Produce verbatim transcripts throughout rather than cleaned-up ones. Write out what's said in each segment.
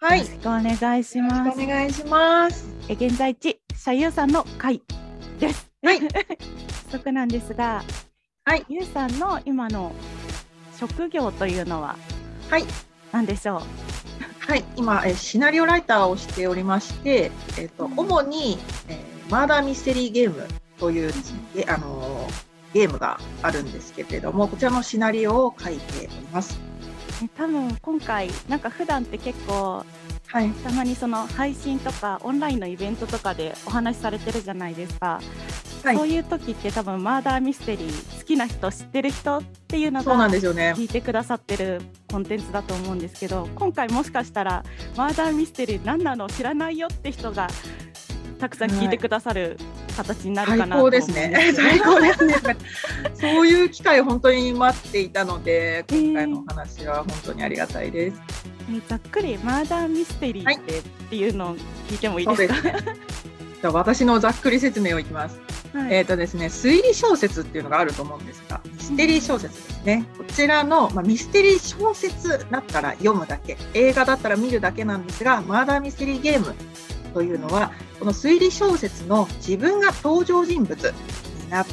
はい。 よろしくお願いします。 よろしくお願いします。 え現在地、シャユーさんの会です。 はい。 早速なんですが、 はい。 ユーさんの今の職業というのははい。 何でしょう。 はい。今、えシナリオライターをしておりまして、えっと、主に、えー、マーダーミステリーゲームというですね、あのー、ゲームがあるんですけれども、こちらのシナリオを書いております。 多分今回なんか普段って結構、はい、たまにその配信とかオンラインのイベントとかでお話しされてるじゃないですか、はい、そういう時って多分マーダーミステリー好きな人知ってる人っていうのが聞いてくださってるコンテンツだと思うんですけど、今回もしかしたらマーダーミステリー何なの知らないよって人がたくさん聞いてくださる形になるかなと思うんですけど、 はい、最高ですね。最高ですね。そういう機会を本当に待っていたので、今回のお話は本当にありがたいです。 えー、ざっくりマーダーミステリーって、はい、っていうのを聞いてもいいですか？ そうですね。じゃあ私のざっくり説明をいきます。はい、えっとですね、推理小説っていうのがあると思うんですが、ミステリー小説ですね。こちらの、まあ、ミステリー小説だったら読むだけ、映画だったら見るだけなんですが、マーダーミステリーゲームというのは、この推理小説の自分が登場人物になって、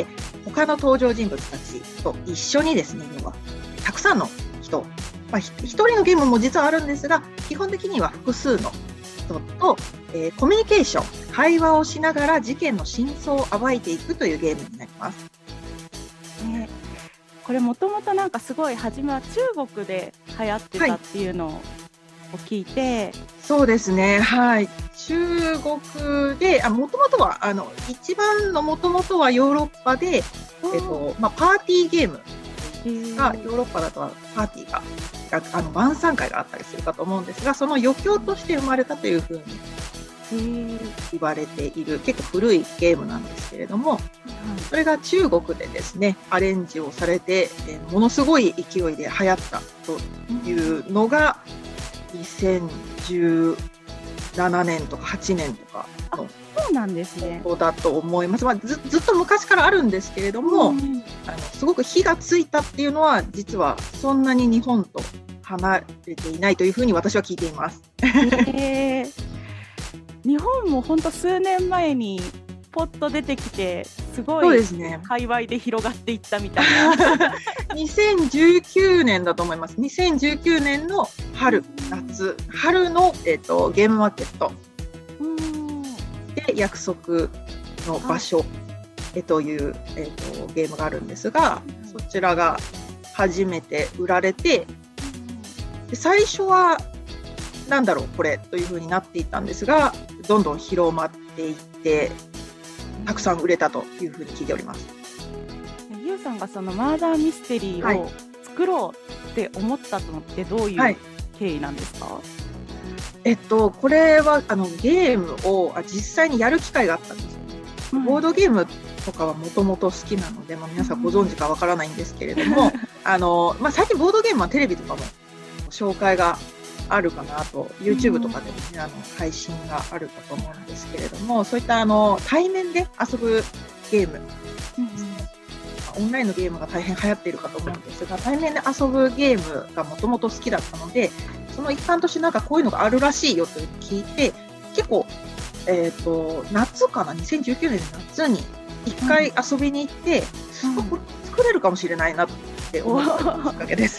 他の登場人物たちと一緒にですね、要はたくさんの人、まあ、一人のゲームも実はあるんですが、基本的には複数の人と、えー、コミュニケーション、会話をしながら事件の真相を暴いていくというゲームになります。 ね、これもともとなんかすごい初めは中国で流行ってたっていうのを、はいを聞いて、 そうですね、はい、中国で、もともとはあの一番のもともとはヨーロッパで、えっとまあ、パーティーゲームがヨーロッパだとはパーティーがあの晩餐会があったりするかと思うんですが、その余興として生まれたというふうに言われている結構古いゲームなんですけれども、それが中国でですねアレンジをされて、えものすごい勢いで流行ったというのが、にせんじゅうななねんとかはちねんとかのそうなんですね。 そうだと思います。まあ、ず, ずっと昔からあるんですけれども、うん、あのすごく火がついたっていうのは実はそんなに日本と離れていないというふうに私は聞いています。 えー、日本も本当数年前にポッと出てきてすごい界隈で広がっていったみたいな。 にせんじゅうきゅうねんだと思います。にせんじゅうきゅうねんの春、夏、春の、えーと、ゲームマーケットで約束の場所えという、えーと、ゲームがあるんですが、そちらが初めて売られて、で最初はなんだろうこれという風になっていったんですが、どんどん広まっていってたくさん売れたというふうに聞いております。 ユウさんがそのマーダーミステリーを作ろうって思ったのってどういう経緯なんですか？はい、 えっとこれはあのゲームを実際にやる機会があったんですよ。うん、ボードゲームとかはもともと好きなので、まあ、皆さんご存知かわからないんですけれども、うん、あのまあ、最近ボードゲームはテレビとかも紹介があるかなと YouTube とかでも、ね、あの配信があるかと思うんですけれども、そういったあの対面で遊ぶゲーム、うん、オンラインのゲームが大変流行っているかと思うんですが、対面で遊ぶゲームがもともと好きだったので、その一環としてなんかこういうのがあるらしいよと聞いて、結構、えーと、夏かなにせんじゅうきゅうねんの夏に一回遊びに行って、うん、これ作れるかもしれないなって思ったきっかけです。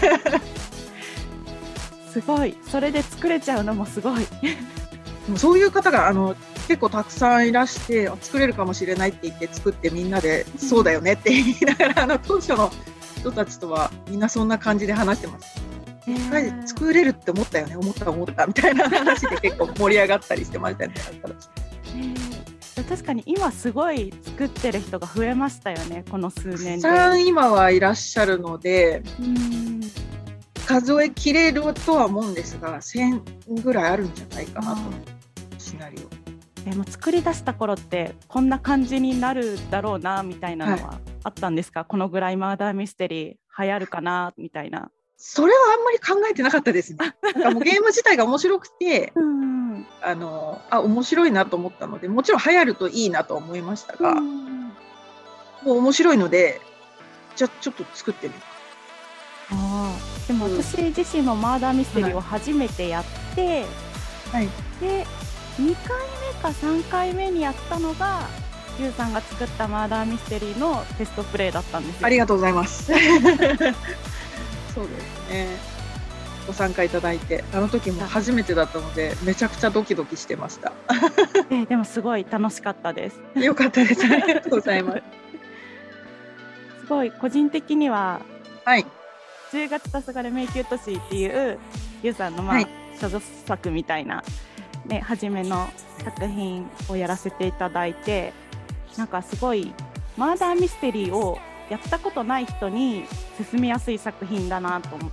すごい、それで作れちゃうのもすごい。 そういう方があの結構たくさんいらして、作れるかもしれないって言って作って、みんなで、うん、そうだよねって言いながら、あの当初の人たちとはみんなそんな感じで話してます。一回作れるって思ったよね、思った思ったみたいな話で結構盛り上がったりしてましたね。 確かに今すごい作ってる人が増えましたよね、この数年で。 たくさん今はいらっしゃるので、うん数えきれるとは思うんですが、せんぐらいあるんじゃないかなと、シナリオ。 でも作り出した頃ってこんな感じになるだろうなみたいなのはあったんですか？はい、このぐらいマーダーミステリー流行るかなみたいな。 それはあんまり考えてなかったですね。なんかもうゲーム自体が面白くて、うんあのあ面白いなと思ったので、もちろん流行るといいなと思いましたが、うんもう面白いので、じゃあちょっと作ってみる。 あでも私自身もマーダーミステリーを初めてやって、 はい、 でにかいめかさんかいめにやったのがゆうさんが作ったマーダーミステリーのテストプレイだったんですよ。 ありがとうございますそうですね、ご参加いただいて、あの時も初めてだったのでめちゃくちゃドキドキしてましたえでもすごい楽しかったです。 よかったです、ありがとうございますすごい個人的には、 はい、 じゅうがつ黄昏迷宮都市っていうゆうさんのまあ、はい、所属作みたいな、ね、初めの作品をやらせていただいて、なんかすごいマーダーミステリーをやったことない人に進みやすい作品だなと思って。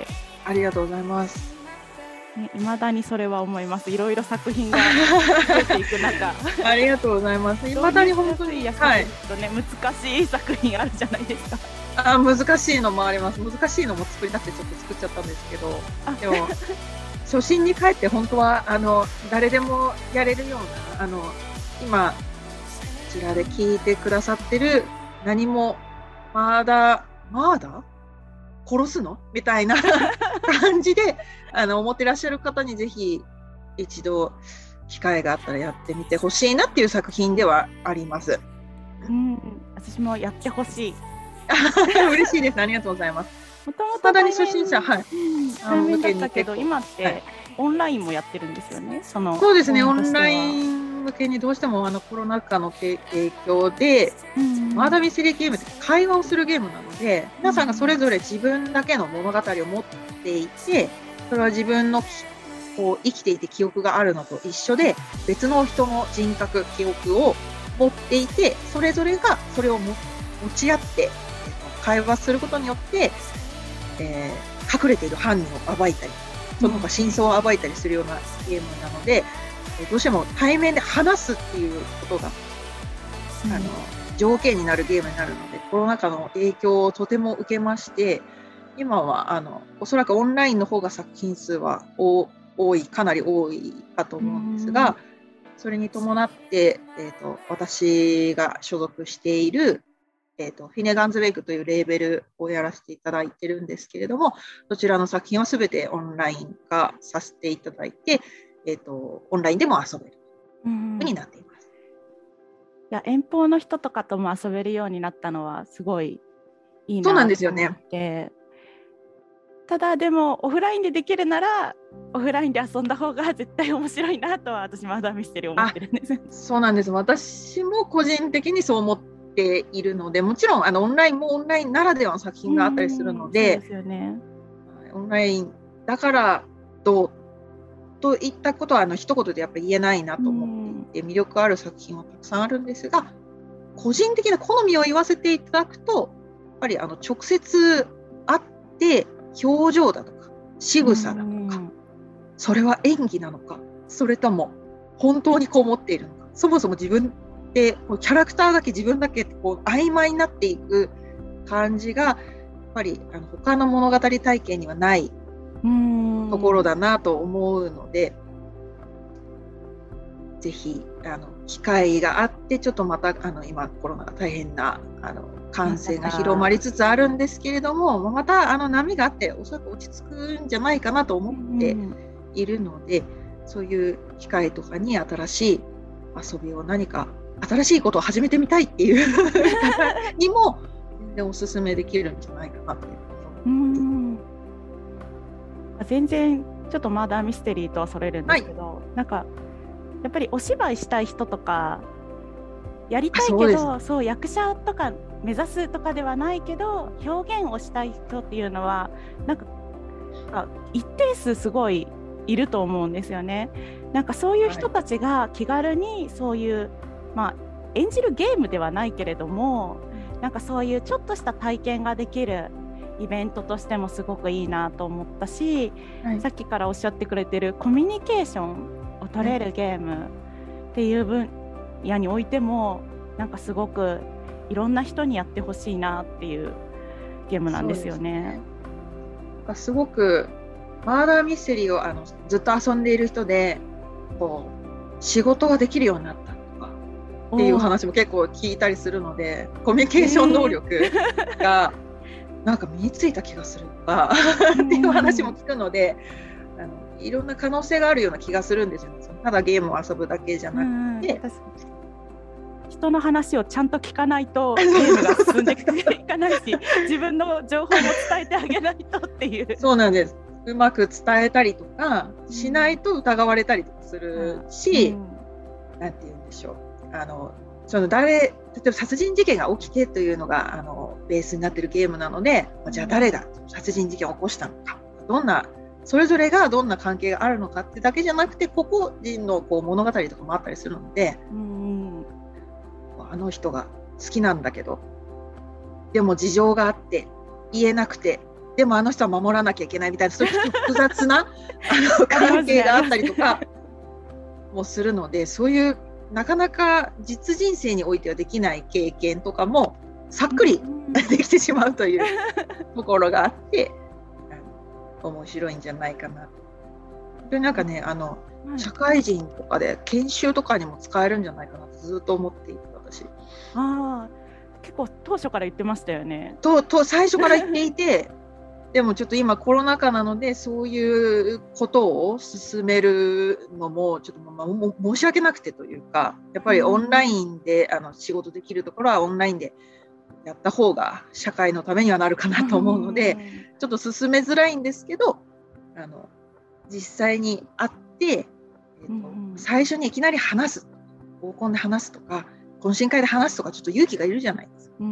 ありがとうございます。 ね、未だにそれは思います。いろいろ作品が出ていく中ありがとうございます。未だに本当に、 はい、とね、難しい作品あるじゃないですか。 あ、難しいのもあります。難しいのも作りたくてちょっと作っちゃったんですけど、でも初心に帰って本当はあの誰でもやれるような、あの今こちらで聞いてくださってる何もまだまだ殺すのみたいな感じであの思ってらっしゃる方にぜひ一度機会があったらやってみてほしいなっていう作品ではあります。 うん、私もやってほしい嬉しいです。ありがとうございます。 もともとただに初心者、はい、 対面だったけど今ってオンラインもやってるんですよね。そのそうですね、オンライン向けにどうしてもあのコロナ禍の影響で、うん、マーダーミステリーゲームって会話をするゲームなので、皆さんがそれぞれ自分だけの物語を持っていて、それは自分のこう生きていて記憶があるのと一緒で、別の人の人格、記憶を持っていて、それぞれがそれを持ち合って会話することによって、えー、隠れている犯人を暴いたり、その他真相を暴いたりするようなゲームなので、うん、どうしても対面で話すっていうことが、うん、あの条件になるゲームになるので、コロナ禍の影響をとても受けまして、今はあのおそらくオンラインの方が作品数は多い、かなり多いかと思うんですが、うん、それに伴って、えーと、私が所属しているえーと、フィネガンズウェイクというレーベルをやらせていただいてるんですけれども、そちらの作品はすべてオンライン化させていただいて、えーと、オンラインでも遊べるというふうになっています。 いや、遠方の人とかとも遊べるようになったのはすごいいいなと思って。 そうなんですよね。 ただでもオフラインでできるならオフラインで遊んだ方が絶対面白いなとは私マーダーミステリー思ってるんです。 そうなんです。私も個人的にそう思っているので、もちろんあのオンラインもオンラインならではの作品があったりするので、 そうですよね、 オンラインだからどうといったことはあの一言でやっぱり言えないなと思っていて、魅力ある作品はたくさんあるんですが、個人的な好みを言わせていただくと、やっぱりあの直接会って表情だとか仕草だとか、それは演技なのか、それとも本当にこう思っているのか、そもそも自分でこうキャラクターだけ自分だけこう曖昧になっていく感じがやっぱりあの他の物語体験にはないところだなと思うので、ぜひあの機会があってちょっとまたあの今コロナが大変なあの感染が広まりつつあるんですけれども、またあの波があっておそらく落ち着くんじゃないかなと思っているので、そういう機会とかに新しい遊びを何か新しいことを始めてみたいっていう方にも全然おすすめできるんじゃないかなと思います。 全然ちょっとマーダーミステリーとはそれるんですけど、はい、なんかやっぱりお芝居したい人とかやりたいけどそう、そう役者とか目指すとかではないけど表現をしたい人っていうのはなんか一定数すごいいると思うんですよね。なんかそういう人たちが気軽にそういう、はい、まあ、演じるゲームではないけれどもなんかそういうちょっとした体験ができるイベントとしてもすごくいいなと思ったし、はい、さっきからおっしゃってくれてるコミュニケーションを取れるゲームっていう分野においてもなんかすごくいろんな人にやってほしいなっていうゲームなんですよね。 すね、すごくマーダーミステリーをあのずっと遊んでいる人でこう仕事ができるようになったとかっていう話も結構聞いたりするので、コミュニケーション能力がなんか身についた気がするとかっていう話も聞くので、あのいろんな可能性があるような気がするんですよね。ただゲームを遊ぶだけじゃなくて、 人の話をちゃんと聞かないとゲームが進んでいかないし自分の情報も伝えてあげないとっていう。 そうなんです。うまく伝えたりとかしないと疑われたりとかするし、うんうん、なんて言うんでしょう、あのその誰例えば殺人事件が起きてというのがあのベースになっているゲームなので、じゃあ誰が殺人事件を起こしたのか、どんなそれぞれがどんな関係があるのかってだけじゃなくて、個々人のこう物語とかもあったりするので、うんあの人が好きなんだけどでも事情があって言えなくて、でもあの人は守らなきゃいけないみたいな、そういう複雑なあの関係があったりとかもするので、そういうなかなか実人生においてはできない経験とかもさっくりできてしまうというところがあって面白いんじゃないかな。でなんかね、あの、はい、社会人とかで研修とかにも使えるんじゃないかなとずっと思っていて、私あ結構当初から言ってましたよね。 とと最初から言っていてでもちょっと今コロナ禍なのでそういうことを進めるのもちょっと、まあ、も申し訳なくてというか、やっぱりオンラインで、うん、あの仕事できるところはオンラインでやった方が社会のためにはなるかなと思うので、うん、ちょっと進めづらいんですけど、あの実際に会って、えーとうん、最初にいきなり話す、合コンで話すとか懇親会で話すとかちょっと勇気がいるじゃないですか、うん、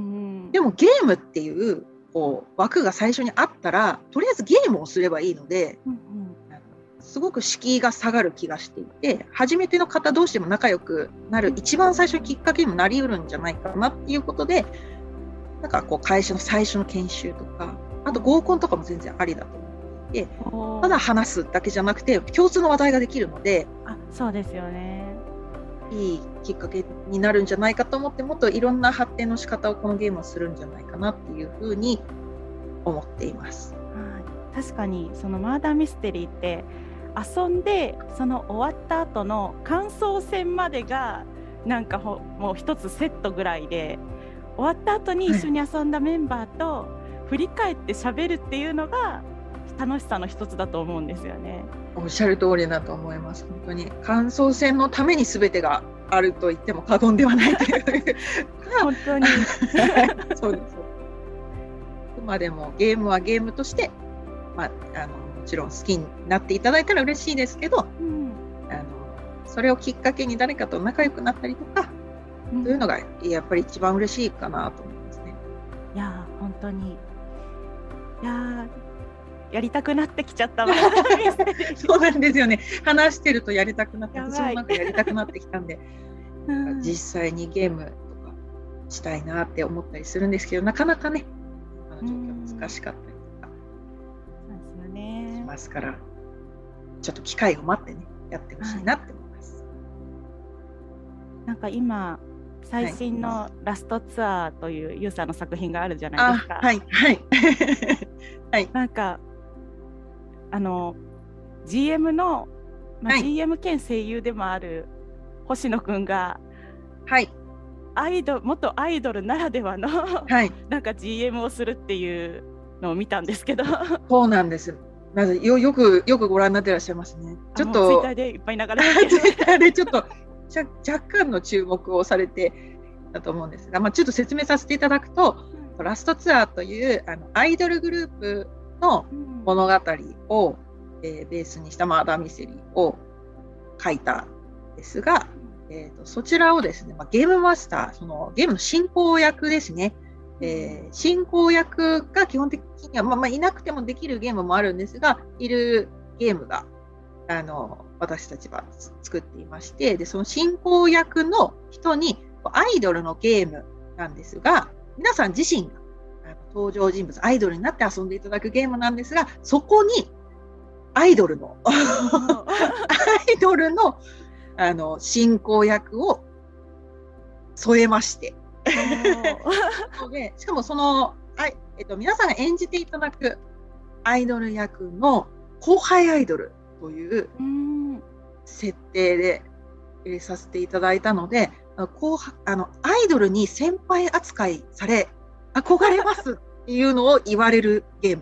でもゲームっていうこう枠が最初にあったらとりあえずゲームをすればいいので、うんうん、すごく敷居が下がる気がしていて、初めての方同士でも仲良くなる一番最初のきっかけにもなりうるんじゃないかなっていうことで、なんかこう会社の最初の研修とか、あと合コンとかも全然ありだと思っていて、ただ話すだけじゃなくて共通の話題ができるので、 あ、そうですよね、 いいきっかけになるんじゃないかと思って、もっといろんな発展の仕方をこのゲームはするんじゃないかなっていうふうに思っています。 はい、確かにそのマーダーミステリーって遊んでその終わった後の感想戦までがなんかほもう一つセットぐらいで、終わった後に一緒に遊んだメンバーと振り返って喋るっていうのが楽しさの一つだと思うんですよね。 おっしゃる通りだと思います。本当に感想戦のために全てがあると言っても過言ではないという本当にそうです。あくまでもゲームはゲームとして、まあ、あのもちろん好きになっていただいたら嬉しいですけど、うん、あのそれをきっかけに誰かと仲良くなったりとか、うん、というのがやっぱり一番嬉しいかなと思いますね。 いや本当に、いややりたくなってきちゃったわそうなんですよね。話してるとやりたくなって、私もなんかやりたくなってきたんで、うん、実際にゲームとかしたいなって思ったりするんですけど、なかなかね、あの状況難しかったりとかしますから、うん、ちょっと機会を待ってね、やってほしいなって思います。 はい、なんか今最新のラストツアーというユーザーの作品があるじゃないですか。 はいはいはい。 なんかあの ジーエム の、まあはい、ジーエム 兼声優でもある星野くんが、はい、アイド元アイドルならではの、はい、なんか ジーエム をするっていうのを見たんですけど。 そうなんです。まず よ, よくよくご覧になっていらっしゃいますね。ちょっとツイッターでいっぱい流れてツイッターでちょっと若干の注目をされてだと思うんですが、まあ、ちょっと説明させていただくと、うん、ラストツアーというあのアイドルグループの物語を、うんえー、ベースにしたマーダーミステリーを書いたんですが、えー、とそちらをですね、まあ、ゲームマスター、そのゲームの進行役ですね、えー、進行役が基本的には、まあ、まあいなくてもできるゲームもあるんですが、いるゲームがあの私たちは作っていまして、でその進行役の人にアイドルのゲームなんですが、皆さん自身が登場人物アイドルになって遊んでいただくゲームなんですが、そこにアイドルのアイドルのあの進行役を添えましてでしかもそのあ、えっと、皆さんが演じていただくアイドル役の後輩アイドルという設定で入れさせていただいたので、後あのアイドルに先輩扱いされ憧れますっていうのを言われるゲーム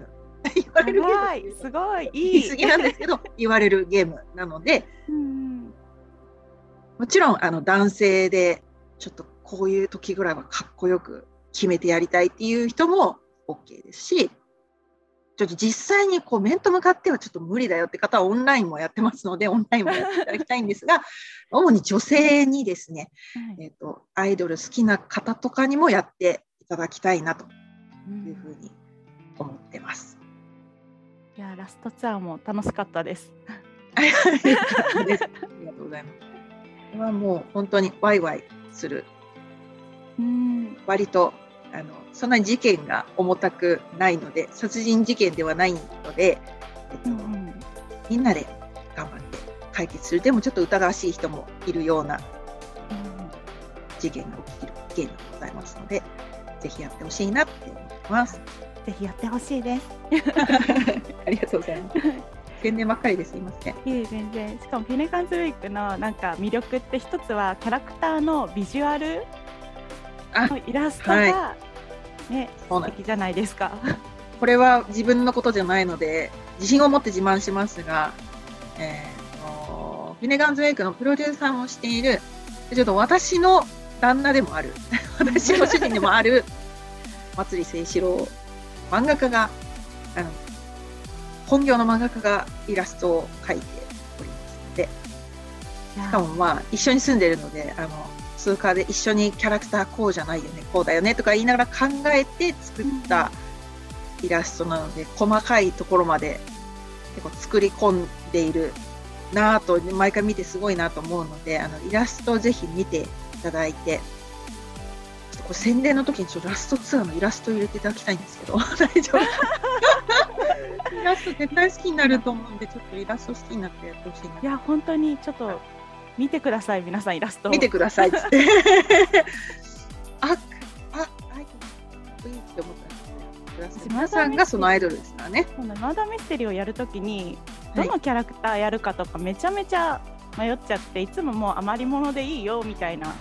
言われるゲームすごいいい言い過ぎなんですけど言われるゲームなので、うん、もちろんあの男性でちょっとこういう時ぐらいはかっこよく決めてやりたいっていう人も OK ですし、ちょっと実際にこう面と向かってはちょっと無理だよって方はオンラインもやってますので、オンラインもやっていただきたいんですが主に女性にですね、はい、えーと、アイドル好きな方とかにもやっていただきたいなというふうに思ってます、 うん、いやラストツアーも楽しかったですありがとうございます。これはもう本当にワイワイする、うん、割とあのそんなに事件が重たくないので、殺人事件ではないので、えっとうん、みんなで頑張って解決する。でもちょっと疑わしい人もいるような、うん、事件が起きるゲームでございますので、ぜひやってほしいなって思ってます。 ぜひやってほしいですありがとうございます宣伝ばっかりですいません。 いえ全然。しかもフィネガンズウィークのなんか魅力って一つはキャラクターのビジュアルのイラストが、はい、ね、素敵じゃないですか。 これは自分のことじゃないので自信を持って自慢しますが、えー、フィネガンズウェイクのプロデューサーもしている、ちょっと私の旦那でもある私の主人でもある松利清志郎漫画家が、あの本業の漫画家がイラストを描いておりますので、しかもまあ一緒に住んでいるので、あの通貨で一緒にキャラクターこうじゃないよねこうだよねとか言いながら考えて作ったイラストなので、細かいところまで結構作り込んでいるなぁと毎回見てすごいなと思うので、あのイラストをぜひ見ていただいて、ちょっとこれ宣伝の時にちょっとラストツアーのイラストを入れていただきたいんですけど大丈夫イラスト絶対好きになると思うんで、ちょっとイラスト好きになってやってほしいな。 いや本当にちょっと見てください、皆さんイラスト見てくださいっつってあ、あ、アイドルかっこいいって思ったんですね。皆さんがそのアイドルですからね。 マーダーミステリーをやるときにどのキャラクターやるかとかめちゃめちゃ迷っちゃって、いつももう余り物でいいよみたいな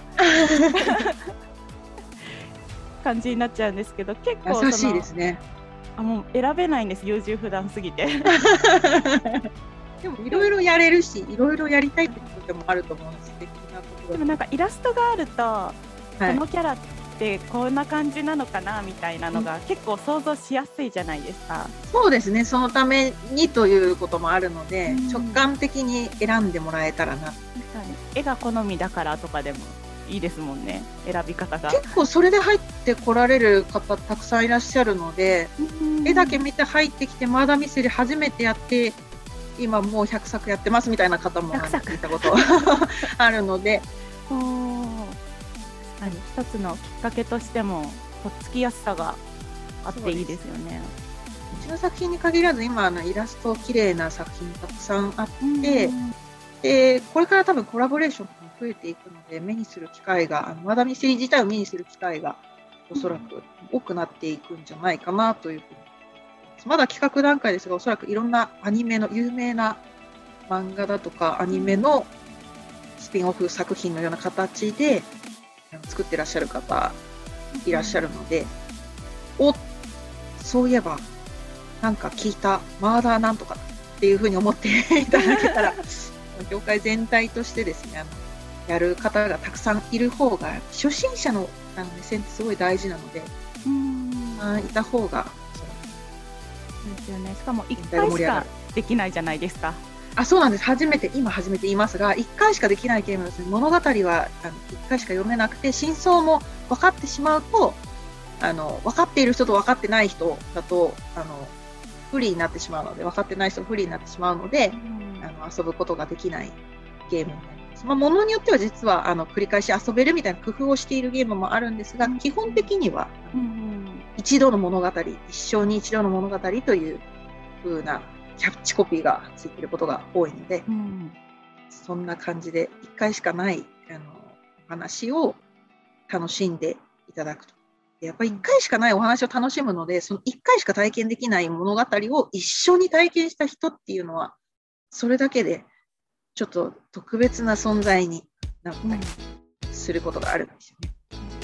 感じになっちゃうんですけど、結構その優しいですね。 あ、もう選べないんです、優柔不断すぎてでもいろいろやれるし、いろいろやりたいってこともあると思うんです。素敵なところ。 でもなんかイラストがあると、はい、このキャラってこんな感じなのかなみたいなのが結構想像しやすいじゃないですか。 そうですね、そのためにということもあるので、うん、直感的に選んでもらえたらな。 絵が好みだからとかでもいいですもんね、選び方が。 結構それで入ってこられる方たくさんいらっしゃるので、絵だけ見て入ってきてマーダーミステリー初めてやって今もうひゃくさくやってますみたいな方も聞いたことあるのでお一つのきっかけとしてもとっつきやすさがあっていいですよね。 うちの作品に限らず今のイラスト綺麗な作品たくさんあって、でこれから多分コラボレーションも増えていくので目にする機会が、あのマーダーミステリー自体を目にする機会がおそらく多くなっていくんじゃないかなというふうに。まだ企画段階ですが、おそらくいろんなアニメの有名な漫画だとかアニメのスピンオフ作品のような形で作ってらっしゃる方いらっしゃるので、うん、おそういえばなんか聞いたマーダーなんとかっていうふうに思っていただけたら業界全体としてですね、あのやる方がたくさんいる方が初心者のあの目線ってすごい大事なので、うん、あいた方がですよね。しかもいっかいしかできないじゃないですか。 あ、そうなんです。初めて今初めて言いますが、いっかいしかできないゲームですね。物語はあのいっかいしか読めなくて、真相も分かってしまうと、あの分かっている人と分かってない人だとあの不利になってしまうので、分かってない人と不利になってしまうので、うん、あの遊ぶことができないゲームになります。まあ、ものによっては実はあの繰り返し遊べるみたいな工夫をしているゲームもあるんですが、うん、基本的には、うんうん、一度の物語、一生に一度の物語という風なキャッチコピーがついていることが多いので、うん、そんな感じでいっかいしかないあのお話を楽しんでいただくと。やっぱりいっかいしかないお話を楽しむので、そのいっかいしか体験できない物語を一緒に体験した人っていうのは、それだけでちょっと特別な存在になったりすることがあるんですよね。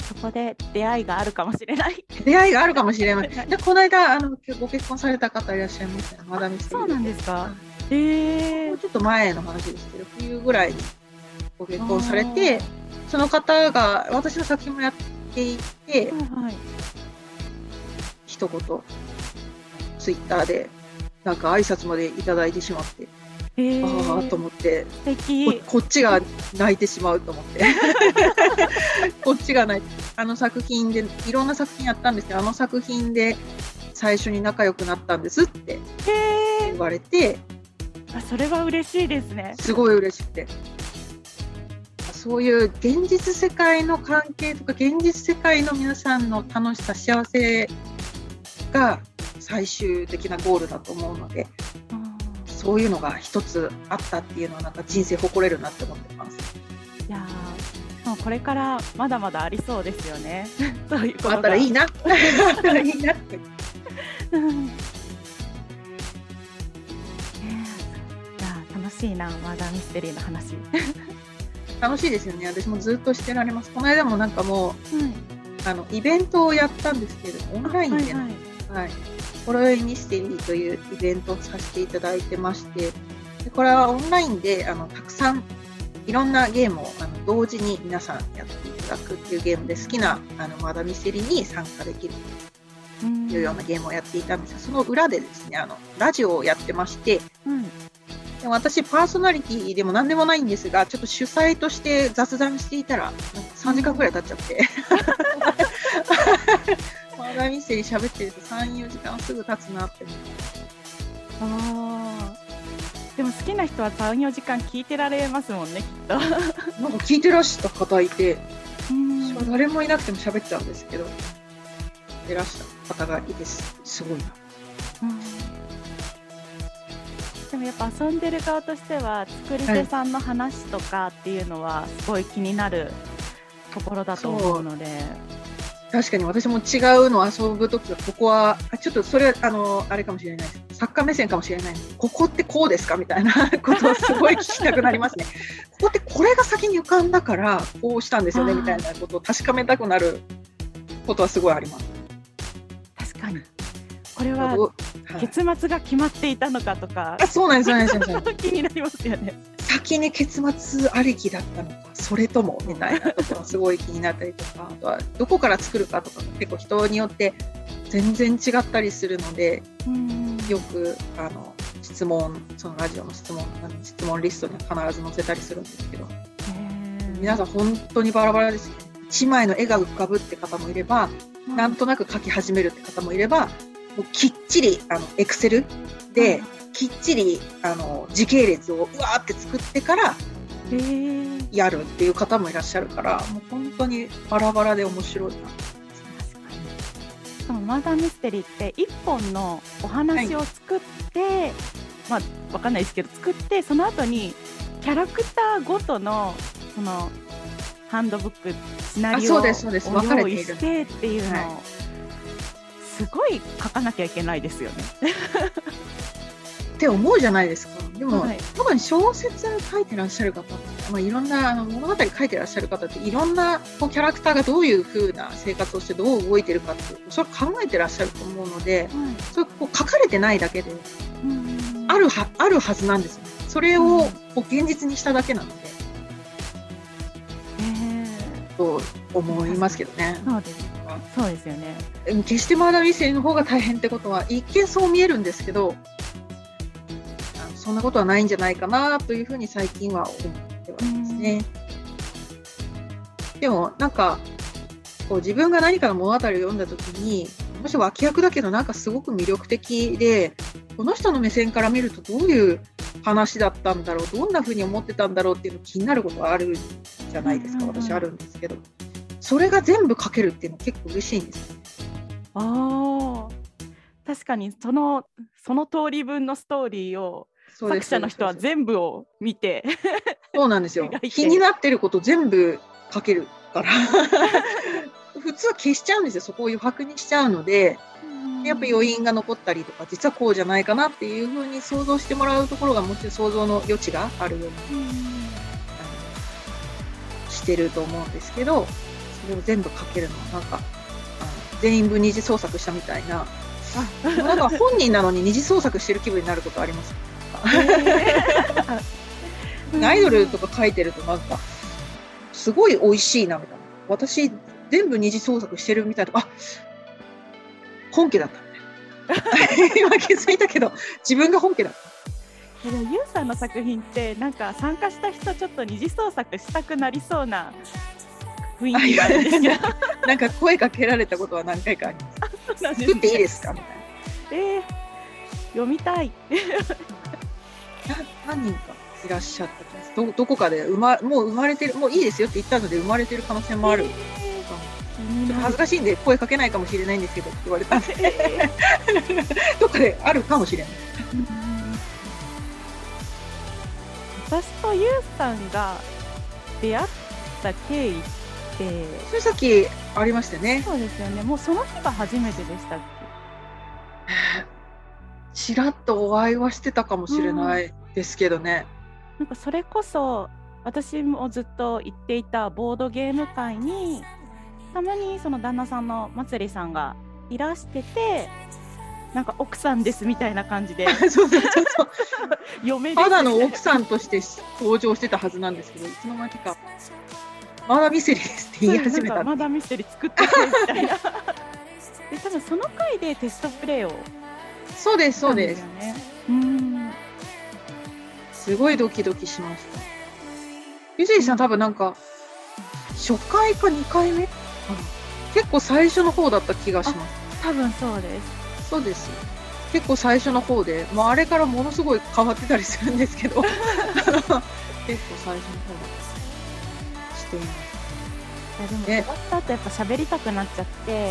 そこで出会いがあるかもしれない。 出会いがあるかもしれない。でこの間あのご結婚された方いらっしゃいましたよ、マダミステリー。 そうなんですか。へえー。 ちょっと前の話ですけど、冬ぐらいにご結婚されて、その方が私の作品もやっていて、はいはい、一言ツイッターでなんか挨拶までいただいてしまって、えー、ああと思って、 素敵。 こ、こっちが泣いてしまうと思ってこっちが泣いて、あの作品でいろんな作品やったんですけど、あの作品で最初に仲良くなったんですって言われて、 あ、それは嬉しいですね。 すごい嬉しくて、そういう現実世界の関係とか現実世界の皆さんの楽しさ、幸せが最終的なゴールだと思うので、うん、そういうのが一つあったっていうのはなんか人生誇れるなって思ってます。 いやー、もうこれからまだまだありそうですよね。そういうことがあったらいいなあったらいいなって楽しいな、マーダーミステリーの話楽しいですよね。私もずっとしてられます。この間もなんかもう、はい、あのイベントをやったんですけど、オンラインで、はいはいはい、ほろ酔いミステリーというイベントをさせていただいてまして、でこれはオンラインであのたくさんいろんなゲームをあの同時に皆さんやっていただくっていうゲームで、好きなあのマーダーミステリーに参加できるというようなゲームをやっていたんですが、その裏でですね、あのラジオをやってまして、うん、で私パーソナリティでも何でもないんですが、ちょっと主催として雑談していたらさんじかんくらい経っちゃってマーダーミステリー喋ってるとさん、よじかんすぐ経つなって思って。 あー、でも好きな人はさん、よじかん聞いてられますもんね、きっとなんか聞いてらした方いて、うん誰もいなくても喋っちゃうんですけど、いらした方がいいです。すごいな。うんでもやっぱ遊んでる側としては作り手さんの話とかっていうのはすごい気になるところだと思うので、はい、 確かに私も違うの遊ぶときはここはちょっとそれあのあれかもしれないです、作家目線かもしれないんです、ここってこうですかみたいなことをすごい聞きたくなりますねここってこれが先に浮かんだからこうしたんですよねみたいなことを確かめたくなることはすごいあります。 確かにこれは結末が決まっていたのかとか、 あ、そうなんです、そうなんです気になりますよね。 先に結末ありきだったのか、それともみたいなところがすごい気になったりとか、あとはどこから作るかとか結構人によって全然違ったりするので、うんよくあの質問、そのラジオの質問、質問リストには必ず載せたりするんですけど、皆さん本当にバラバラですね。いちまいの絵が浮かぶって方もいれば、うん、なんとなく描き始めるって方もいれば、もうきっちりあのエクセルで、うん、きっちりあの時系列をうわーって作ってからやるっていう方もいらっしゃるから、もう本当にバラバラで面白いな。確かに。しかもマーダーミステリーって一本のお話を作って、はい、まあわかんないですけど作って、その後にキャラクターごとのそのハンドブック、シナリオを用意してっていうのを、すごい書かなきゃいけないですよねって思うじゃないですか。でも、はい、多分小説書いてらっしゃる方、まあ、いろんなあの物語書いてらっしゃる方っていろんなこうキャラクターがどういう風な生活をしてどう動いてるかってそれ考えてらっしゃると思うので、はい、それこう書かれてないだけで、うん、あるはあるはずなんですよね。それをこう現実にしただけなので、うん、と思いますけどね。 そうです。そうですよね。 決してマーダーミステリーの方が大変ってことは一見そう見えるんですけど、そんなことはないんじゃないかなというふうに最近は思ってはいますね。でもなんかこう自分が何かの物語を読んだ時に、もし脇役だけどなんかすごく魅力的で、この人の目線から見るとどういう話だったんだろう、どんなふうに思ってたんだろうっていうの気になることはあるじゃないですか。私あるんですけど、それが全部書けるっていうのは結構嬉しいんですよね。 ああ、確かにそのその通り分のストーリーを作者の人は全部を見て、 そうなんですよ気になってること全部書けるから普通は消しちゃうんですよ。そこを余白にしちゃうので、やっぱ余韻が残ったりとか、実はこうじゃないかなっていうふうに想像してもらうところがもちろん想像の余地があるようにしてると思うんですけど、 れを全部書けるのなんかあの全員分二次創作したみたいな、あなんか本人なのに二次創作してる気分になることあります。アイドルとか書いてるとなんかすごい美味しいなみたいな、私全部二次創作してるみたいな、あ本家だった今気づいたけど自分が本家だった。 でもユウさんの作品ってなんか参加した人ちょっと二次創作したくなりそうな雰囲気があるんですけどなんか声かけられたことは何回かあります。そうなんですね、作っていいですかみたいな。 えー、読みたい何人かいらっしゃったんです。 ど, どこかで生、ま、もう生まれてる、もういいですよって言ったので生まれてる可能性もある、えー、ちょっと恥ずかしいんで声かけないかもしれないんですけどって言われたんで、えー、どっかであるかもしれない。 私とユウさんが出会った経緯って、 それさっきありましたね。 そうですよね。もうその日が初めてでしたっけ？ ちらっとお会いはしてたかもしれないですけどね、 うん、なんかそれこそ私もずっと行っていたボードゲーム会にたまにその旦那さんのまつりさんがいらしてて、なんか奥さんですみたいな感じでそうそうそうそう嫁です、ね、 ただの奥さんとして登場してたはずなんですけど、いつの間にかまだミステリーですって言い始めた。 まだミステリー作ってくれみたいなで多分その回でテストプレイを、 そうですそうです、 ね、うん、 すごいドキドキしました。ゆずりさん多分なんか初回かにかいめ、結構最初の方だった気がします。 多分そうです。 そうです。結構最初の方で、まあ、あれからものすごい変わってたりするんですけど結構最初の方だしています。 いやでも終わった後やっぱ喋りたくなっちゃって、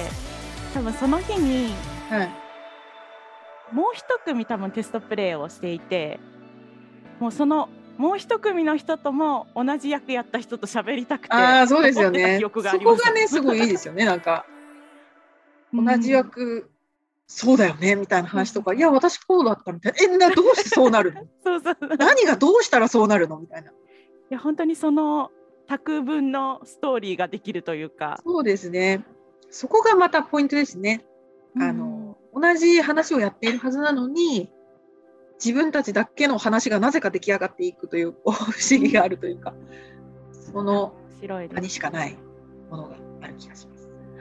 多分その日に、はい、もう一組多分テストプレイをしていて、もうそのもう一組の人とも同じ役やった人と喋りたくて、 あそうですよね、そこがねすごいいいですよね。なんか同じ役、うん、そうだよねみたいな話とか、いや私こうだったみたいな、えなどうしてそうなるのそうそう何がどうしたらそうなるのみたいな。いや本当にその作文のストーリーができるというか。 そうですね、そこがまたポイントですね。うん、あの同じ話をやっているはずなのに自分たちだけの話がなぜか出来上がっていくという不思議があるというか、その場にしかないものがある気がします。うん、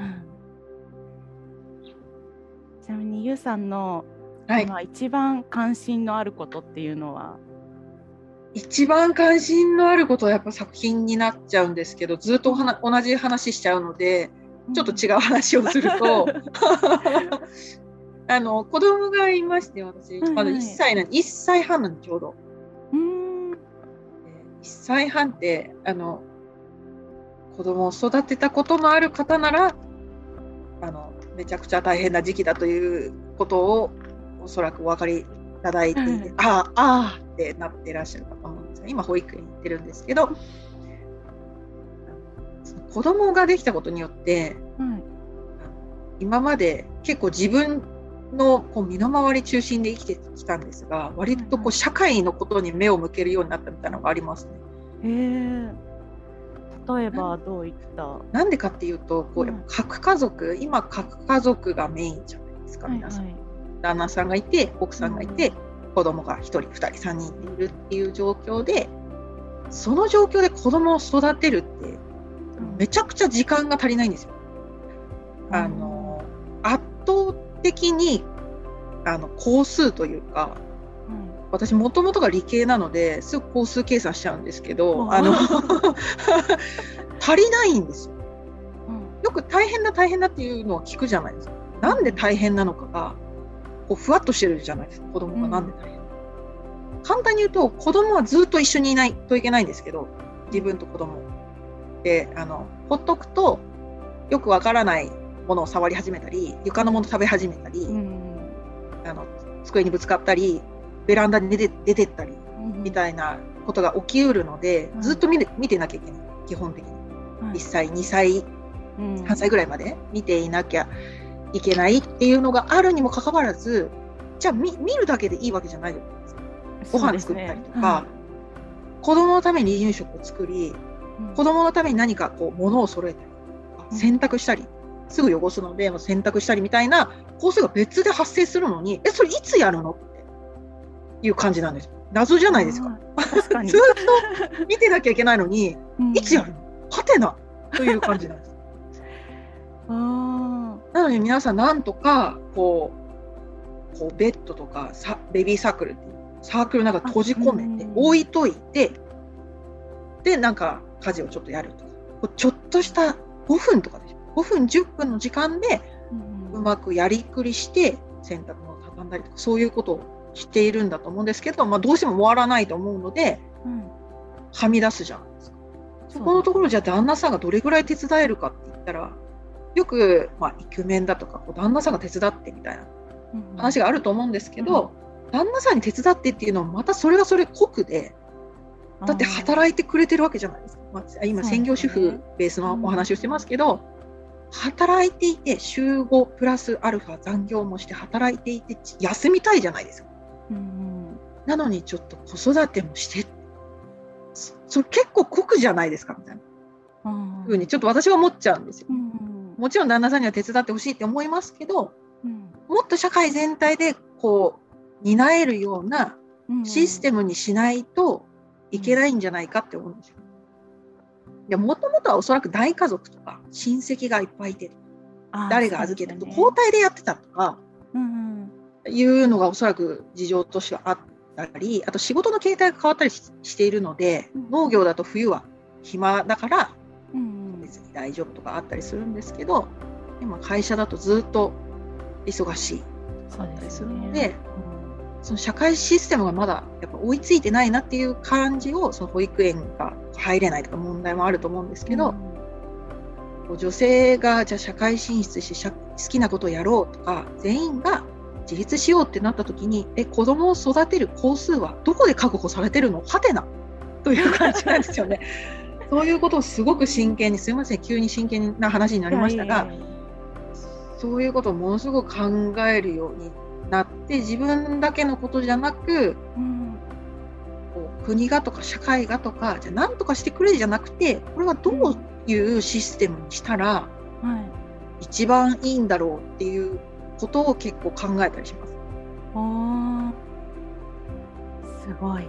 ちなみにゆうさんの、 はい、 今一番関心のあることっていうのは？ 一番関心のあることはやっぱ作品になっちゃうんですけど、ずっと同じ話しちゃうのでちょっと違う話をすると、うん、あの子供がいまして、私まだいっさいなん、いっさいはんなんでちょうど。うーん、いっさいはんってあの子供を育てたことのある方ならあのめちゃくちゃ大変な時期だということをおそらくお分かりいただいていて、うん、ああああってなっていらっしゃるかと思うんですが、今保育園に行ってるんですけど、子供ができたことによって、うん、今まで結構自分のこう身の回り中心で生きてきたんですが、割とこう社会のことに目を向けるようになったみたいなのがありますね。 へー、例えばどういった？ なんでかっていうと、こうやっぱ核家族、うん、今核家族がメインじゃないですか、皆さん、はいはい、旦那さんがいて奥さんがいて、うん、子供がひとりふたりさんにんいるっていう状況で、その状況で子供を育てるってめちゃくちゃ時間が足りないんですよ。うん、あの圧倒的にあの工数というか、うん、私もともとが理系なのですぐ工数計算しちゃうんですけど、うん、あの足りないんですよ。うん、よく大変だ大変だっていうのは聞くじゃないですか。なんで大変なのかがこうふわっとしてるじゃないですか。子供がなんで大変、うん、簡単に言うと子供はずっと一緒にいないといけないんですけど、自分と子供であのほっとくとよくわからないものを触り始めたり、床のもの食べ始めたり、うん、あの机にぶつかったりベランダに出て、出てったり、うん、みたいなことが起きうるので、うん、ずっと 見, 見てなきゃいけない。基本的に、うん、いっさいにさい、うん、さんさいぐらいまで見ていなきゃいけないっていうのがあるにもかかわらず、じゃあ 見, 見るだけでいいわけじゃないじゃないですか。ご飯作ったりとか、うん、子供のために離乳食を作り、うん、子供のために何かこう物を揃えたりとか、 洗濯したり、すぐ汚すので洗濯したりみたいな工数が別で発生するのに、えそれいつやるのっていう感じなんです。謎じゃないですか。 確かにずっと見てなきゃいけないのに、うん、いつやるのはてなという感じなんですあなのに皆さんなんとかこう、こうベッドとかさベビーサークルっていうサークルの中閉じ込めて置いといて、でなんか家事をちょっとやるとか、ちょっとしたごふんとかでしょ、ごふんじゅっぷんの時間でうまくやりくりして洗濯物を畳んだりとか、そういうことをしているんだと思うんですけど、まあ、どうしても終わらないと思うので、うん、はみ出すじゃないですか。そこのところじゃ旦那さんがどれぐらい手伝えるかって言ったら、よく、まあ、イクメンだとかこう旦那さんが手伝ってみたいな話があると思うんですけど、うん、旦那さんに手伝ってっていうのはまたそれがそれ酷で、だって働いてくれてるわけじゃないですか。まあ、今専業主婦ベースのお話をしてますけど、うん、働いていて週ごプラスアルファ残業もして働いていて休みたいじゃないですか。うん、なのにちょっと子育てもしてそれ結構酷じゃないですかみたいなふうにちょっと私は思っちゃうんですよ。うん、もちろん旦那さんには手伝ってほしいって思いますけど、うん、もっと社会全体でこう担えるようなシステムにしないといけないんじゃないかって思うんですよ。いや、もともとはおそらく大家族とか親戚がいっぱいいて、誰が預けたと、交代でやってたとか、うんうん、いうのがおそらく事情としてはあったり、あと仕事の形態が変わったり し, しているので、うん、農業だと冬は暇だから、うん、別に大丈夫とかあったりするんですけど、今会社だとずっと忙しいだったりするので、その社会システムがまだやっぱ追いついてないなっていう感じを、その保育園が入れないとか問題もあると思うんですけど、うん、女性がじゃあ社会進出して好きなことをやろうとか、全員が自立しようってなった時に、え子供を育てる工数はどこで確保されてるのはてなという感じなんですよね。そういうことをすごく真剣に、すいません急に真剣な話になりましたが、そういうことをものすごく考えるようになって、自分だけのことじゃなく、うん、こう国がとか社会がとかじゃ何とかしてくれじゃなくて、これはどういうシステムにしたら一番いいんだろうっていうことを結構考えたりします。 あすごい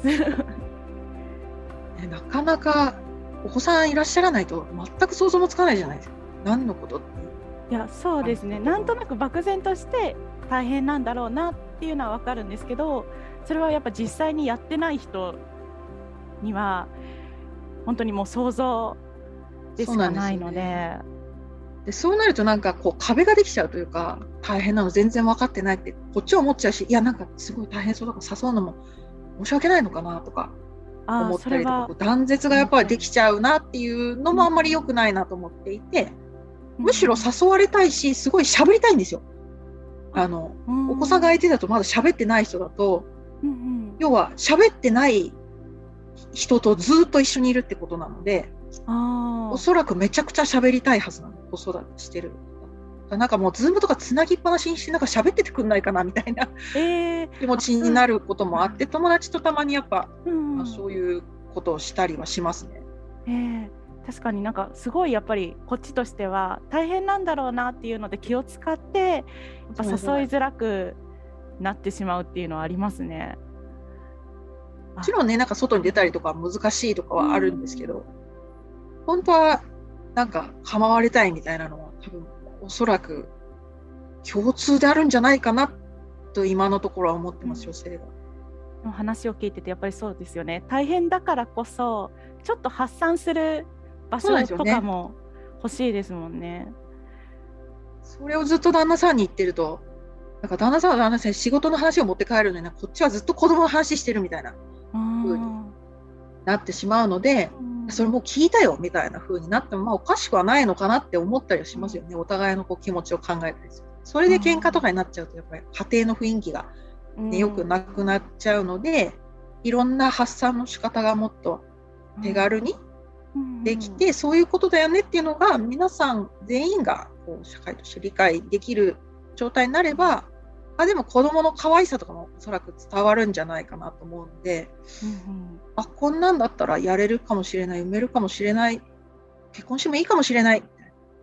ね、なかなかお子さんいらっしゃらないと全く想像もつかないじゃないですか。何のことっていう。 いやそうですね、なんとなく漠然として大変なんだろうなっていうのは分かるんですけど、それはやっぱ実際にやってない人には本当にもう想像でしかないの で, で, ね、 でそうなるとなんかこう壁ができちゃうというか、大変なの全然分かってないってこっちは思っちゃうし、いやなんかすごい大変そうだから誘うのも申し訳ないのかなとか思ったりとか、断絶がやっぱりできちゃうなっていうのもあんまり良くないなと思っていて、むしろ誘われたいし、すごい喋りたいんですよ。あのお子さんが相手だとまだ喋ってない人だと、うんうん、要は喋ってない人とずっと一緒にいるってことなので、あおそらくめちゃくちゃ喋りたいはずなの、子育てしてる。なんかもうズームとかつなぎっぱなしにしてなんか喋っててくんないかなみたいな、えー、気持ちになることもあって、友達とたまにやっぱ、うんまあ、そういうことをしたりはしますね。 えー確かになんかすごいやっぱりこっちとしては大変なんだろうなっていうので気を使ってやっぱ誘いづらくなってしまうっていうのはありますね。 もちろんね、なんか外に出たりとか難しいとかはあるんですけど、うん、本当はなんか構われたいみたいなのは多分おそらく共通であるんじゃないかなと今のところは思ってます、女性が。 話を聞いててやっぱりそうですよね。大変だからこそちょっと発散する場所とかも欲しいですもんね。 それをずっと旦那さんに言ってると、なんか旦那さんは旦那さん仕事の話を持って帰るのに、こっちはずっと子供の話してるみたいな風になってしまうので、それもう聞いたよみたいな風になってもまあおかしくはないのかなって思ったりはしますよね。お互いのこう気持ちを考えたりする。それで喧嘩とかになっちゃうとやっぱり家庭の雰囲気が、ね、よくなくなっちゃうので、いろんな発散の仕方がもっと手軽にできて、そういうことだよねっていうのが皆さん全員がこう社会として理解できる状態になれば、あでも子どもの可愛さとかもおそらく伝わるんじゃないかなと思うので、うんうん、あこんなんだったらやれるかもしれない、産めるかもしれない、結婚してもいいかもしれない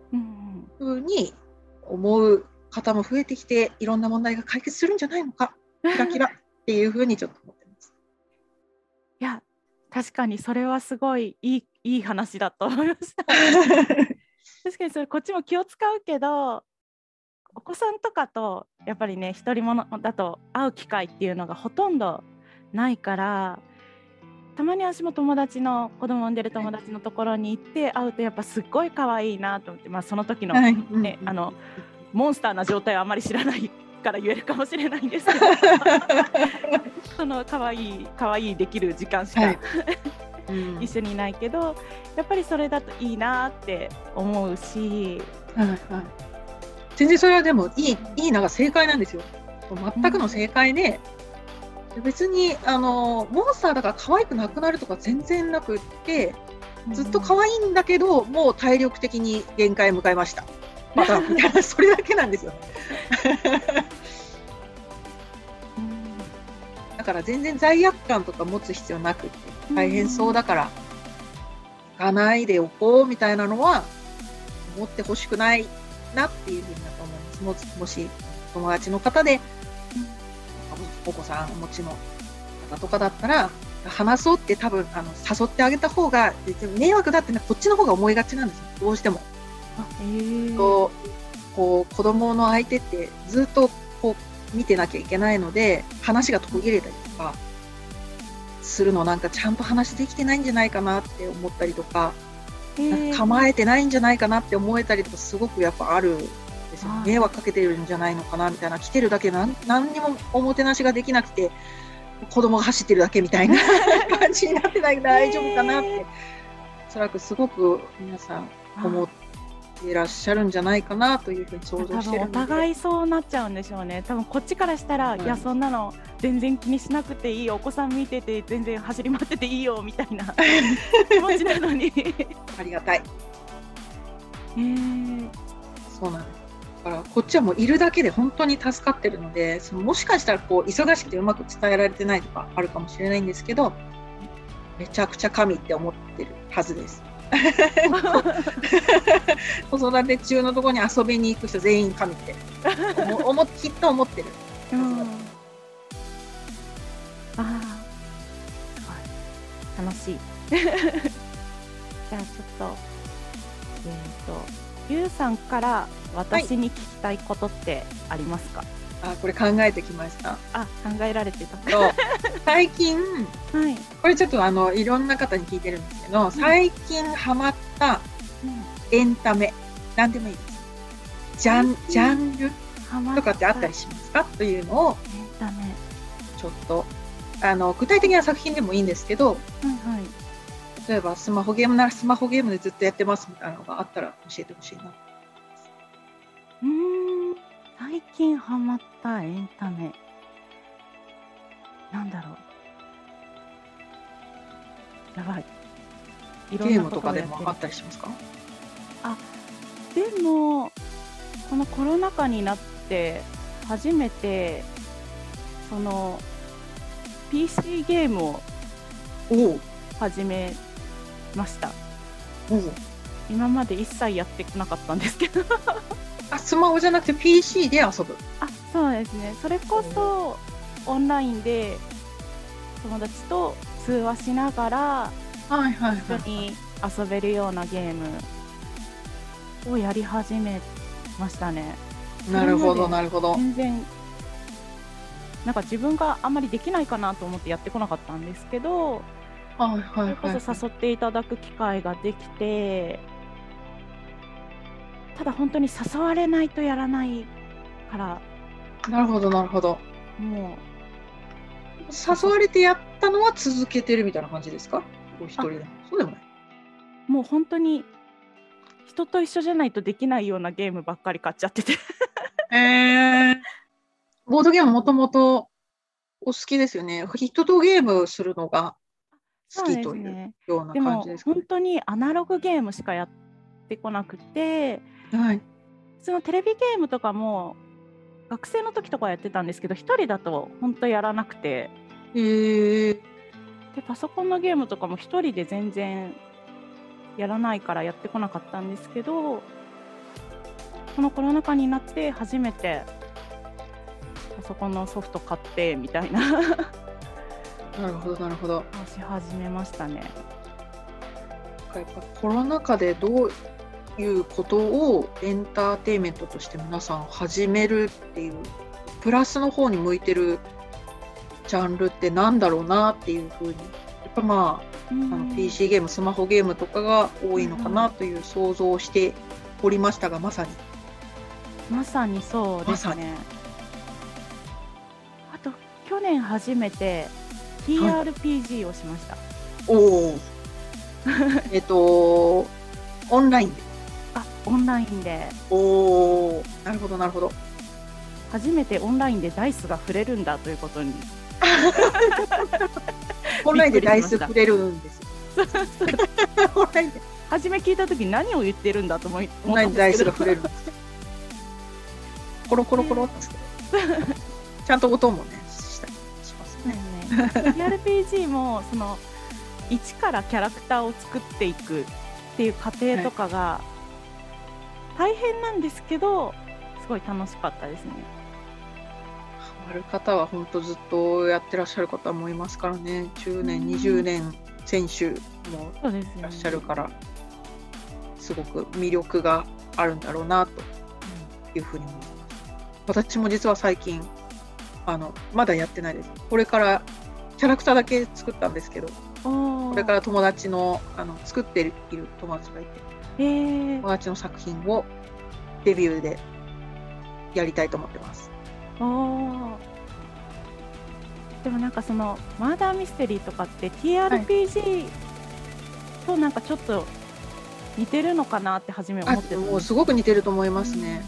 ふうに思う方も増えてきて、いろんな問題が解決するんじゃないのか、キラキラっていうふうにちょっと思ってます。 いや、確かにそれはすごいいい、いい話だと思いました確かにそれこっちも気を使うけど、お子さんとかとやっぱりね、一人者だと会う機会っていうのがほとんどないから、たまに私も友達の子供産んでる友達のところに行って会うとやっぱすっごい可愛いなと思って、まあ、その時の、ね、はい、あのモンスターな状態はあまり知らないから言えるかもしれないんですけどその可愛い可愛いできる時間しか、はい、一緒にいないけど、やっぱりそれだといいなって思うし、 はいはい、全然それはでもいい、いいのが正解なんですよ。全くの正解で、うん、別にあのモンスターだから可愛くなくなるとか全然なくって、ずっと可愛いんだけど、もう体力的に限界迎えましたまたみたいなそれだけなんですよだから全然罪悪感とか持つ必要なくって、大変そうだから行かないでおこうみたいなのは思ってほしくないなっていうふうにだと思います。も, もし友達の方でお子さんお持ちの方とかだったら、話そうって多分あの誘ってあげた方が迷惑だってね、こっちの方が思いがちなんですよ、どうしても。あ、へー。こう、こう子供の相手ってずっとこう見てなきゃいけないので、話が途切れたりとかするの、なんかちゃんと話できてないんじゃないかなって思ったりとか、なんか構えてないんじゃないかなって思えたりとか、すごくやっぱあるんですよ。迷惑かけてるんじゃないのかなみたいな、来てるだけなん何にもおもてなしができなくて子供が走ってるだけみたいな感じになってないけど大丈夫かなって、おそらくすごく皆さん思っていらっしゃるんじゃないかなというふうに想像してるので、 多分お互いそうなっちゃうんでしょうね。多分こっちからしたら、うん、いやそんなの全然気にしなくていいよ、お子さん見てて全然走り回ってていいよみたいな気持ちなのにありがたい。 へー、 そうなんです。だからこっちはもういるだけで本当に助かってるので、そのもしかしたらこう忙しくてうまく伝えられてないとかあるかもしれないんですけど、めちゃくちゃ神って思ってるはずです子育て中のところに遊びに行く人全員神って思きっと思ってるはずだ、うん、 ああ、楽しいじゃあちょっとえーとゆうさんから私に聞きたいことってありますか？ はい、あ、これ考えてきました。 あ、考えられてた。 最近、 はい、 これちょっとあのいろんな方に聞いてるんですけど、うん、最近ハマったエンタメ、うん、何でもいいです。ジャン、ジャンルとかってあったりしますかというのを、エンタメちょっとあの具体的な作品でもいいんですけど、はいはい、例えばスマホゲームならスマホゲームでずっとやってますみたいなのがあったら教えてほしいな。 うーん、最近ハマったエンタメなんだろう。やばい。 いろんなゲームとかでもあったりしますか？ あ、でもこのコロナ禍になって初めてその ピーシー ゲームを始めました。今まで一切やってなかったんですけどあ、スマホじゃなくて ピーシー で遊ぶ？ あ、そうですね。それこそオンラインで友達と通話しながら一緒に遊べるようなゲームをやり始めましたね。 なるほどなるほど。 全然なんか自分があんまりできないかなと思ってやってこなかったんですけど、 はいはいはいはい、 それこそ誘っていただく機会ができて、ただ本当に誘われないとやらないから。 なるほどなるほど。 もう誘われてやったのは続けてるみたいな感じですか？お一人で。そうでもない。 もう本当に人と一緒じゃないとできないようなゲームばっかり買っちゃっててえー、ボードゲームもともとお好きですよね。人とゲームするのが好きというような感じですかね。 でも本当にアナログゲームしかやってこなくて、 はい、 そのテレビゲームとかも学生の時とかやってたんですけど、一人だと本当やらなくて、 へー。 でパソコンのゲームとかも一人で全然やらないからやってこなかったんですけど、 このコロナ禍になって初めてパソコンのソフト買ってみたいななるほどなるほどし始めましたね。 やっぱコロナ禍でどういうことをエンターテインメントとして皆さん始めるっていうプラスの方に向いてるジャンルってなんだろうなっていうふうにやっぱまあ、あの ピーシー ゲームスマホゲームとかが多いのかなという想像をしておりましたが、まさにまさにそうですね。あと去年初めて ティーアールピージー をしました。 おおえっとオンラインであオンラインでおおなるほどなるほど初めてオンラインでダイスが触れるんだということにオンラインでダイス触れるんですよオンラインで初め聞いた時何を言ってるんだと思いオンラインでダイスが触れるんですよコロコロコロってちゃんと音もねしたりしますね。 ティーアールピージー もその一からキャラクターを作っていくっていう過程とかが大変なんですけど、すごい楽しかったですね。 ハマる方は本当ずっとやってらっしゃる方もいますからね。じゅうねんにじゅうねん選手もいらっしゃるから、すごく魅力があるんだろうなというふうに思います。私も実は最近あのまだやってないです。これからキャラクターだけ作ったんですけど、これから友達のあの作っている友達がいて、 えー、 友達の作品をデビューでやりたいと思ってます。 おでもなんかそのマーダーミステリーとかって ティーアールピージー となんかちょっと似てるのかなって初め思ってたんです。 もうすごく似てると思いますね。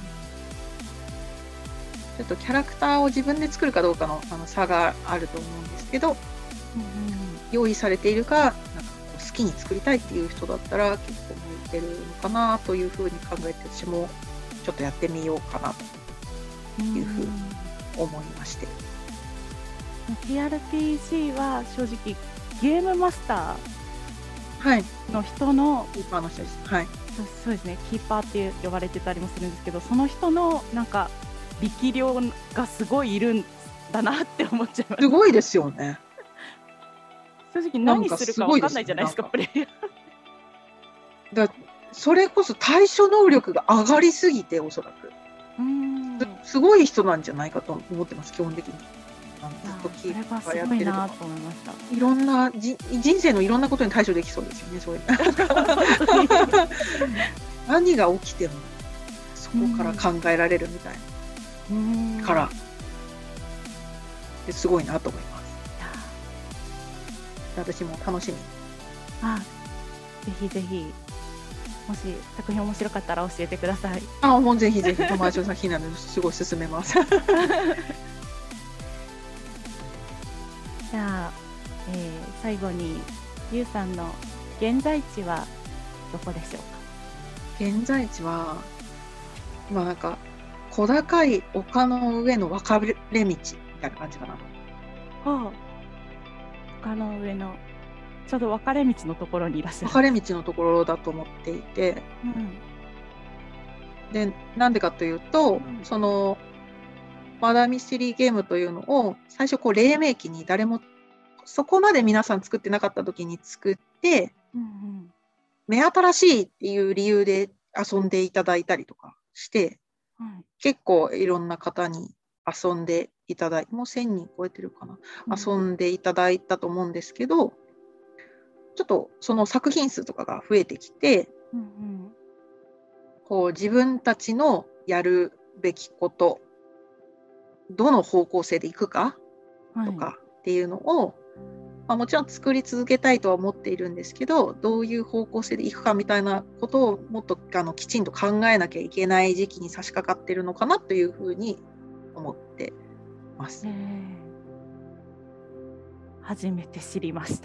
ちょっとキャラクターを自分で作るかどうか の, あの差があると思うんですけど、うんうん、用意されているか、なんか好きに作りたいっていう人だったら結構向いてるのかなというふうに考えて、私もちょっとやってみようかなというふうに思いまして、 うん、ティーアールピージー は正直ゲームマスターの人の、 キーパーの人です。はい、 そうですね、キーパーって呼ばれてたりもするんですけど、その人のなんか力量がすごいいるんだなって思っちゃいます。 すごいですよね。 正直何するか分かんないじゃないですか、プレイヤー。だそれこそ対処能力が上がりすぎて、おそらくうーん す, すごい人なんじゃないかと思ってます。基本的にあのずっとキーパーやってるとか、いろんなじ人生のいろんなことに対処できそうですよね。そういう何が起きてもそこから考えられるみたいな。うんからすごいなと思います。私も楽しみ。 あ、ぜひぜひ、もし作品面白かったら教えてください。 あ、もうぜひぜひ、友達の作品なのですごい勧めます。じゃあ、えー、最後にゆうさんの現在地はどこでしょうか。 現在地は今なんか小高い丘の上の分かれ道みたいな感じかな。 はあ、丘の上のちょうど分かれ道のところにいらっしゃる。 分かれ道のところだと思っていて、うん、でなんでかというと、うん、そのマーダーミステリーゲームというのを最初こう黎明期に誰もそこまで皆さん作ってなかった時に作って、うんうん、目新しいっていう理由で遊んでいただいたりとかして、うん、結構いろんな方に遊んでいただいて、もうせんにん超えてるかな、うん、遊んでいただいたと思うんですけど、ちょっとその作品数とかが増えてきて、うんうん、こう自分たちのやるべきこと、どの方向性でいくかとかっていうのを、はい、まあ、もちろん作り続けたいとは思っているんですけど、どういう方向性でいくかみたいなことをもっとあのきちんと考えなきゃいけない時期に差し掛かっているのかなというふうに思ってます。 初めて知りました。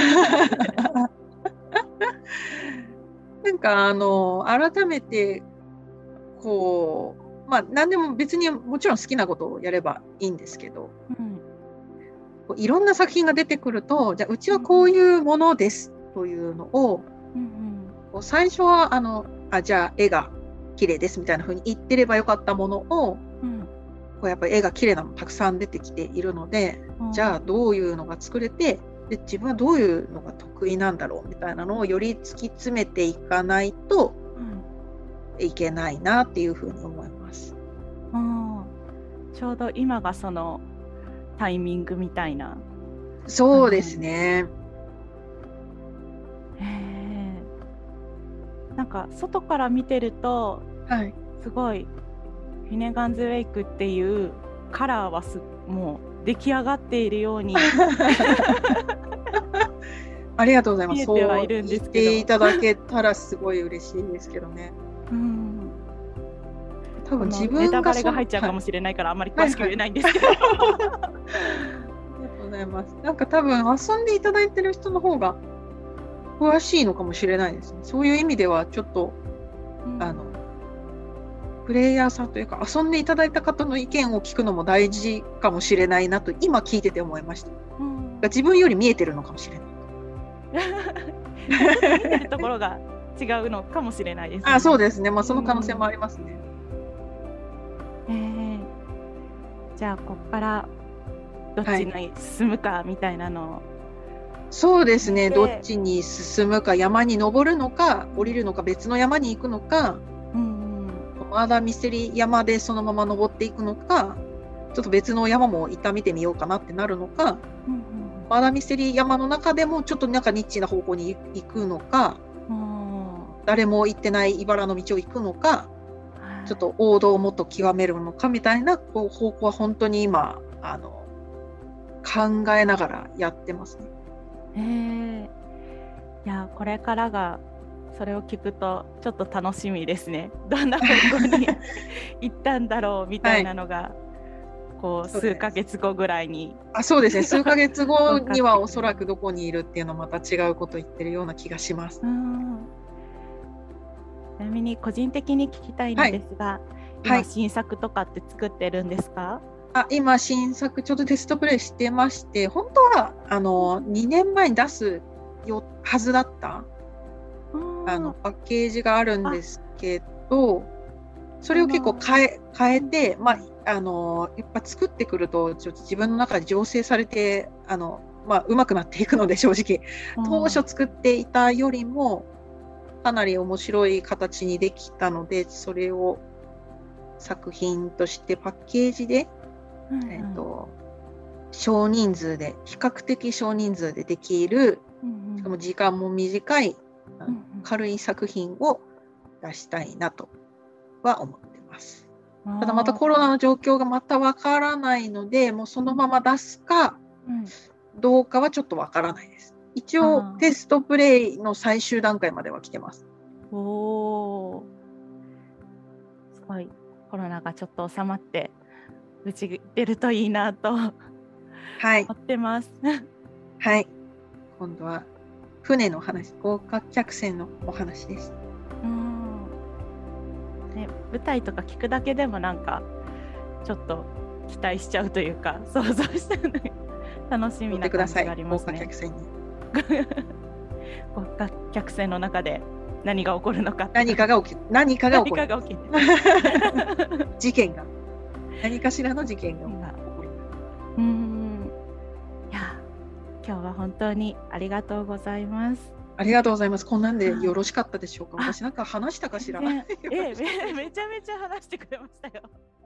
なんかあの改めてこう、まあ、何でも別にもちろん好きなことをやればいいんですけど、うん、いろんな作品が出てくると、じゃあうちはこういうものですというのを、うんうん、最初はあのあじゃあ絵が綺麗ですみたいな風に言ってればよかったものを、うん、こうやっぱり絵が綺麗なのたくさん出てきているので、うん、じゃあどういうのが作れて、で自分はどういうのが得意なんだろうみたいなのをより突き詰めていかないといけないなっていう風に思います。 うん、ちょうど今がそのタイミングみたいな。 そうですね。 へえ。なんか外から見てると、はい、すごいフィネガンズウェイクっていうカラーはすもう出来上がっているようにありがとうございます。 見えてはいるんですけど、 そう言っていただけたらすごい嬉しいですけどね。うん、多分自分がネタバレが入っちゃうかもしれないから、はい、あんまり詳しく言えないんですけど、はいはい、ありがとうございます。なんか多分遊んでいただいてる人の方が詳しいのかもしれないですね。そういう意味ではちょっと、うん、あのプレイヤーさんというか遊んでいただいた方の意見を聞くのも大事かもしれないなと今聞いてて思いました。うん、自分より見えてるのかもしれない。 見てるところが違うのかもしれないですね。 あ、そうですね。まあその可能性もありますね。 うん、えー、じゃあここからどっちに進むかみたいなのを、はい、 そうですね。どっちに進むか、山に登るのか降りるのか、別の山に行くのか、うんうん、マーダーミステリー山でそのまま登っていくのか、ちょっと別の山も一旦見てみようかなってなるのか、うんうん、マーダーミステリー山の中でもちょっとなんかニッチな方向に行くのか、うん、誰も行ってない茨の道を行くのか、はい、ちょっと王道をもっと極めるのかみたいなこう方向は本当に今あの考えながらやってますね。 えー、いやこれからがそれを聞くとちょっと楽しみですね。どんな方向に行ったんだろうみたいなのが、はい、こう数ヶ月後ぐらいに。 あ、そうですね。数ヶ月後にはおそらくどこにいるっていうのはまた違うこと言ってるような気がします。うん、 ちなみに個人的に聞きたいのですが、はい、今新作とかって作ってるんですか？はいあ今新作ちょっとテストプレイしてまして、本当はあのにねんまえに出すよはずだったあのパッケージがあるんですけど、それを結構変え変えて、まあ、あのやっぱ作ってくるとちょっと自分の中で醸成されてあの、まあ、上手くなっていくので、正直当初作っていたよりもかなり面白い形にできたので、それを作品としてパッケージでうんうんえー、と少人数で比較的少人数でできる、うんうん、しかも時間も短い、うんうん、軽い作品を出したいなとは思ってます。ただまたコロナの状況がまたわからないので、もうそのまま出すかどうかはちょっとわからないです。一応テストプレイの最終段階までは来てます。 おー、すごいコロナがちょっと収まってうち出るといいなと、はい、思ってます。 はい。今度は船の話、豪華客船のお話です。うん、 ね、舞台とか聞くだけでもなんかちょっと期待しちゃうというか、想像したのに楽しみな感じがありますね。 豪華客船に。 豪華客船の中で何が起こるのか。 何かが起きる。何かが起こる。 何かが起きる。 事件が。何かしらの事件が起こる。 うん。いや、今日は本当にありがとうございます。 ありがとうございます。こんなんでよろしかったでしょうか。私なんか話したかしら。 ええ、め、めちゃめちゃ話してくれましたよ。